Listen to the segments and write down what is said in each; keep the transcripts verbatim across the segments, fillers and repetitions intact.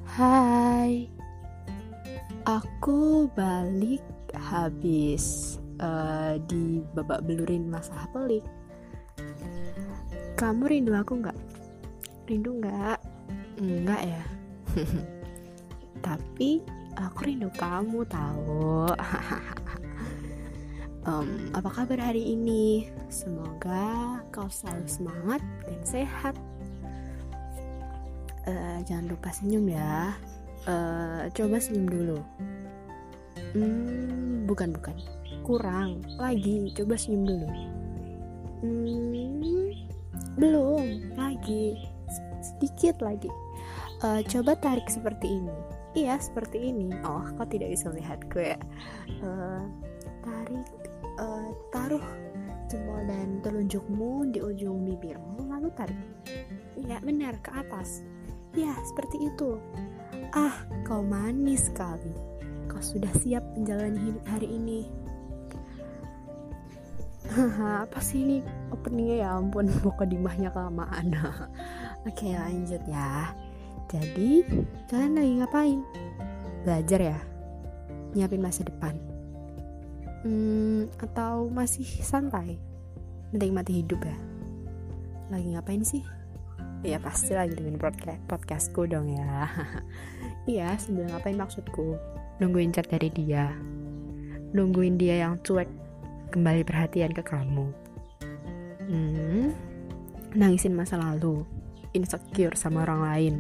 Hai, aku balik habis uh, di babak belurin masalah pelik. Kamu rindu aku nggak? Rindu nggak? Nggak ya. Tapi aku rindu kamu tahu. um, apa kabar hari ini? Semoga kau selalu semangat dan sehat. Uh, jangan lupa senyum ya. Uh, coba senyum dulu. Hmm, bukan bukan. Kurang. Lagi. Coba senyum dulu. Hmm, belum. Lagi. Sedikit lagi. Uh, coba tarik seperti ini. Iya, seperti ini. Oh, kau tidak bisa melihatku ya. Uh, tarik. Uh, taruh jempol dan telunjukmu di ujung bibirmu, lalu tarik. Iya, benar, ke atas. Ya, seperti itu. Ah, kau manis sekali. Kau sudah siap menjalani hidup hari ini. Haha, apa sih ini openingnya, ya ampun, mukadimahnya kelamaan. Oke, lanjut ya. Jadi, kalian lagi ngapain? Belajar ya? Nyiapin masa depan? Hmm, atau masih santai? Menikmati hidup ya? Lagi ngapain sih? Ya pasti lagi dengan podcast podcastku dong ya. Iya, sambil ngapain maksudku? Nungguin chat dari dia. Nungguin dia yang cuek kembali perhatian ke kamu. Hmm, nangisin masa lalu. Insecure sama orang lain.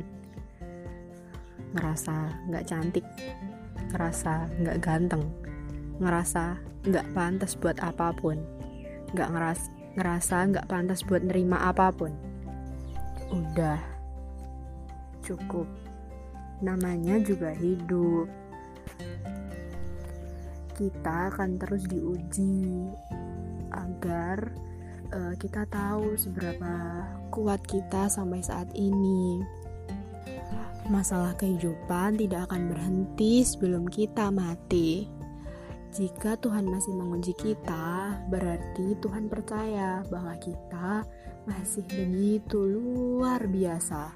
Ngerasa gak cantik. Ngerasa gak ganteng. Ngerasa gak pantas buat apapun. Gak ngeras, ngerasa gak pantas buat nerima apapun. Udah, cukup. Namanya juga hidup. Kita akan terus diuji agar uh, kita tahu seberapa kuat kita sampai saat ini. Masalah kehidupan tidak akan berhenti sebelum kita mati. Jika Tuhan masih menguji kita, berarti Tuhan percaya bahwa kita masih begitu luar biasa.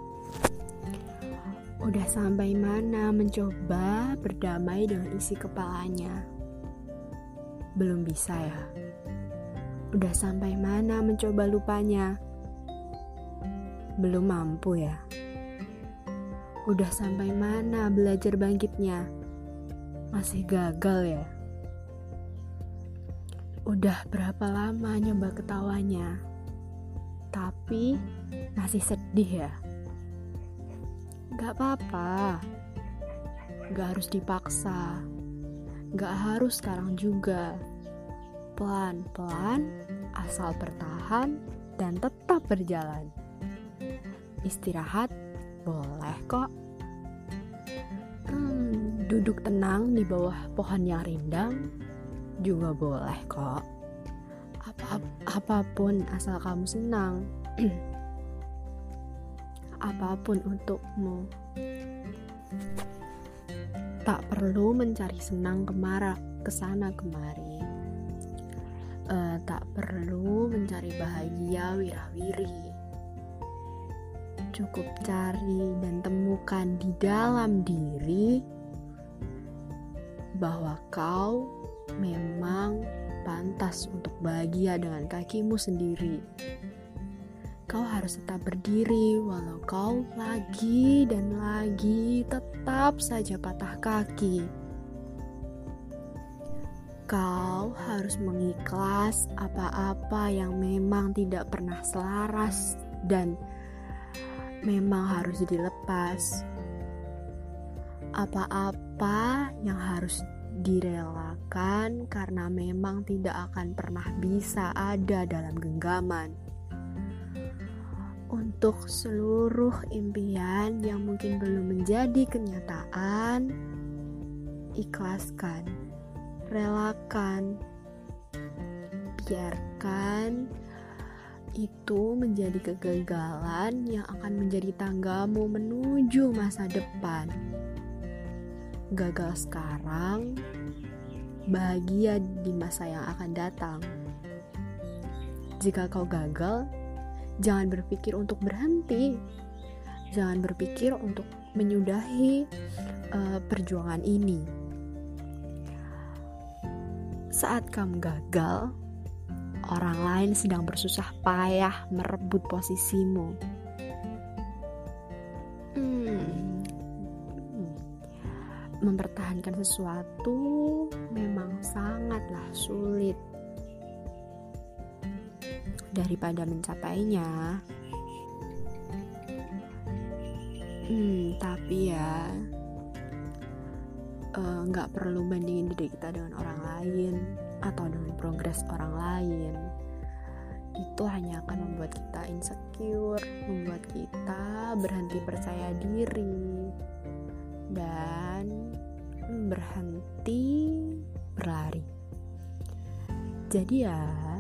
Udah sampai mana mencoba berdamai dengan isi kepalanya? Belum bisa ya? Udah sampai mana mencoba lupanya? Belum mampu ya? Udah sampai mana belajar bangkitnya? Masih gagal ya? Udah berapa lama nyoba ketawanya? Tapi masih sedih ya? Gak apa-apa. Gak harus dipaksa. Gak harus sekarang juga. Pelan-pelan, asal bertahan dan tetap berjalan. Istirahat boleh kok. Hmm, duduk tenang di bawah pohon yang rindang juga boleh kok. Apa, apapun asal kamu senang. Apapun untukmu. Tak perlu mencari senang kemara kesana kemari. Uh, tak perlu mencari bahagia wira-wiri. Cukup cari dan temukan di dalam diri bahwa kau memang pantas untuk bahagia dengan kakimu sendiri. Kau harus tetap berdiri walau kau lagi dan lagi tetap saja patah kaki. Kau harus mengikhlas apa-apa yang memang tidak pernah selaras dan memang harus dilepas. Apa-apa yang harus direlakan karena memang tidak akan pernah bisa ada dalam genggaman. Untuk seluruh impian yang mungkin belum menjadi kenyataan, ikhlaskan, relakan, biarkan itu menjadi kegagalan yang akan menjadi tanggamu menuju masa depan. Gagal sekarang, bahagia di masa yang akan datang. Jika kau gagal, jangan berpikir untuk berhenti. Jangan berpikir untuk menyudahi uh, perjuangan ini. Saat kamu gagal, orang lain sedang bersusah payah merebut posisimu. Hmm, mempertahankan sesuatu memang sangatlah sulit. Daripada mencapainya, hmm, tapi ya nggak uh, perlu bandingin diri kita dengan orang lain atau dengan progres orang lain. Itu hanya akan membuat kita insecure, membuat kita berhenti percaya diri dan berhenti berlari. Jadi ya,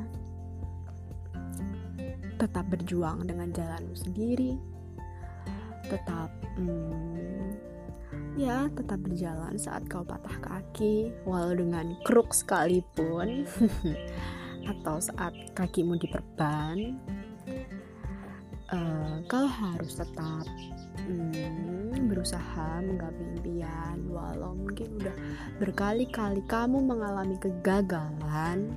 tetap berjuang dengan jalanmu sendiri, tetap hmm, ya tetap berjalan saat kau patah kaki, walau dengan kruk sekalipun atau saat kakimu diperban, uh, kau harus tetap hmm, berusaha menggapai impian. Walau mungkin udah berkali-kali kamu mengalami kegagalan,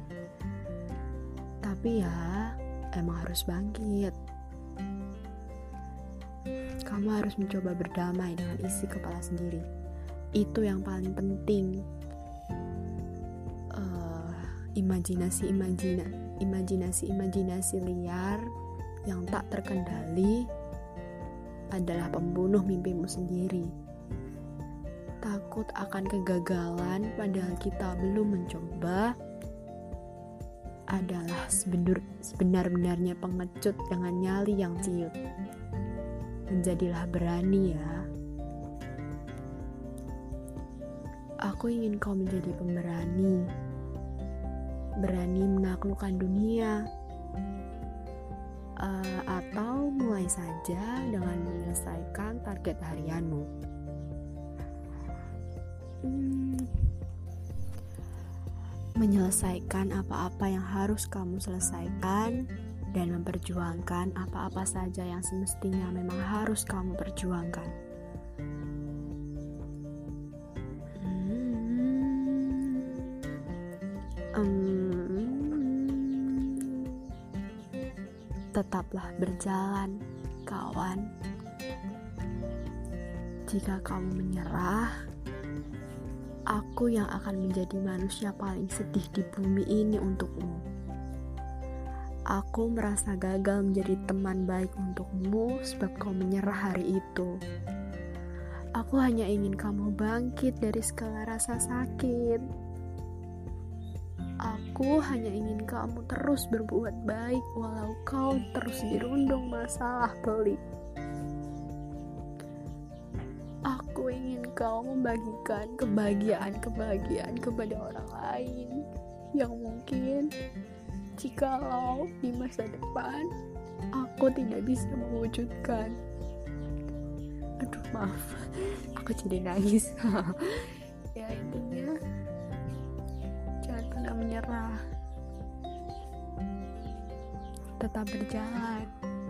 tapi ya emang harus bangkit. Kamu harus mencoba berdamai dengan isi kepala sendiri. Itu yang paling penting. Uh, imajinasi imajina, imajinasi imajinasi liar yang tak terkendali adalah pembunuh mimpimu sendiri. Takut akan kegagalan padahal kita belum mencoba adalah sebenar, sebenar-benarnya pengecut dengan nyali yang ciut. Menjadilah berani ya. Aku ingin kau menjadi pemberani, berani menaklukkan dunia, uh, atau mulai saja dengan menyelesaikan target harianmu. Hmm, menyelesaikan apa-apa yang harus kamu selesaikan dan memperjuangkan apa-apa saja yang semestinya memang harus kamu perjuangkan. Hmm. Um. Tetaplah berjalan, kawan. Jika kamu menyerah, aku yang akan menjadi manusia paling sedih di bumi ini untukmu. Aku merasa gagal menjadi teman baik untukmu sebab kau menyerah hari itu. Aku hanya ingin kamu bangkit dari segala rasa sakit. Aku hanya ingin kamu terus berbuat baik walau kau terus dirundung masalah pelik. Aku ingin kau membagikan kebahagiaan-kebahagiaan kepada orang lain yang mungkin jikalau di masa depan aku tidak bisa mewujudkan. Aduh maaf, aku jadi nangis. Ya intinya jangan pernah menyerah, tetap berjalan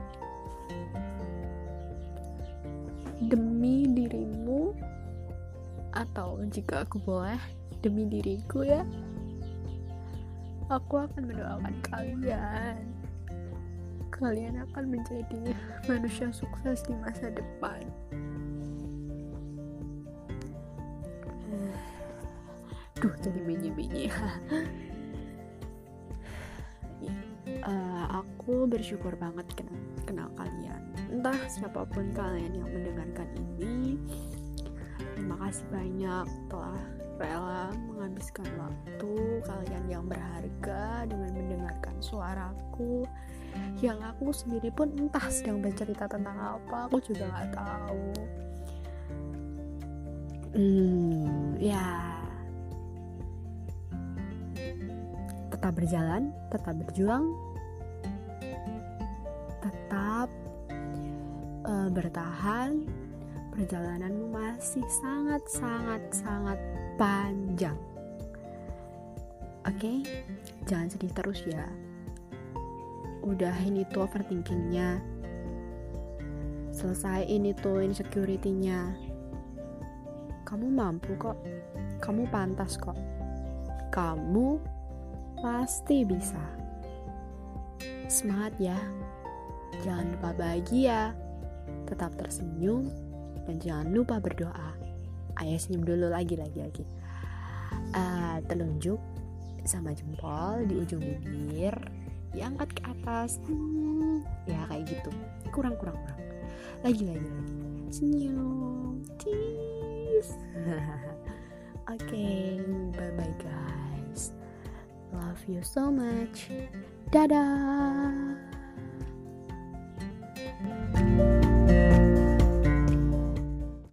demi dirimu, atau jika aku boleh demi diriku ya. Aku akan mendoakan kalian. Kalian akan menjadi manusia sukses di masa depan. Duh, jadi binyi-binyi. uh, Aku bersyukur banget kenal, kenal kalian. Entah siapapun kalian yang mendengarkan ini, terima kasih banyak telah rela menghabiskan waktu kalian yang berharga dengan mendengarkan suaraku yang aku sendiri pun entah sedang bercerita tentang apa, aku juga gak tahu. Hmm, ya tetap berjalan, tetap berjuang, tetap uh, bertahan. Perjalananmu masih sangat-sangat-sangat panjang. Oke, okay? Jangan sedih terus ya. Udahin itu overthinkingnya. selesaiin itu insecurity-nya. Kamu mampu kok, kamu pantas kok, kamu pasti bisa. Semangat ya, jangan lupa bahagia, tetap tersenyum, dan jangan lupa berdoa. Ayo senyum dulu lagi lagi lagi. Uh, telunjuk sama jempol di ujung bibir diangkat ke atas, hmm, ya kayak gitu. Kurang kurang kurang. Lagi lagi lagi. Senyum, cheese. Oke, okay, bye bye guys. Love you so much. Dadah.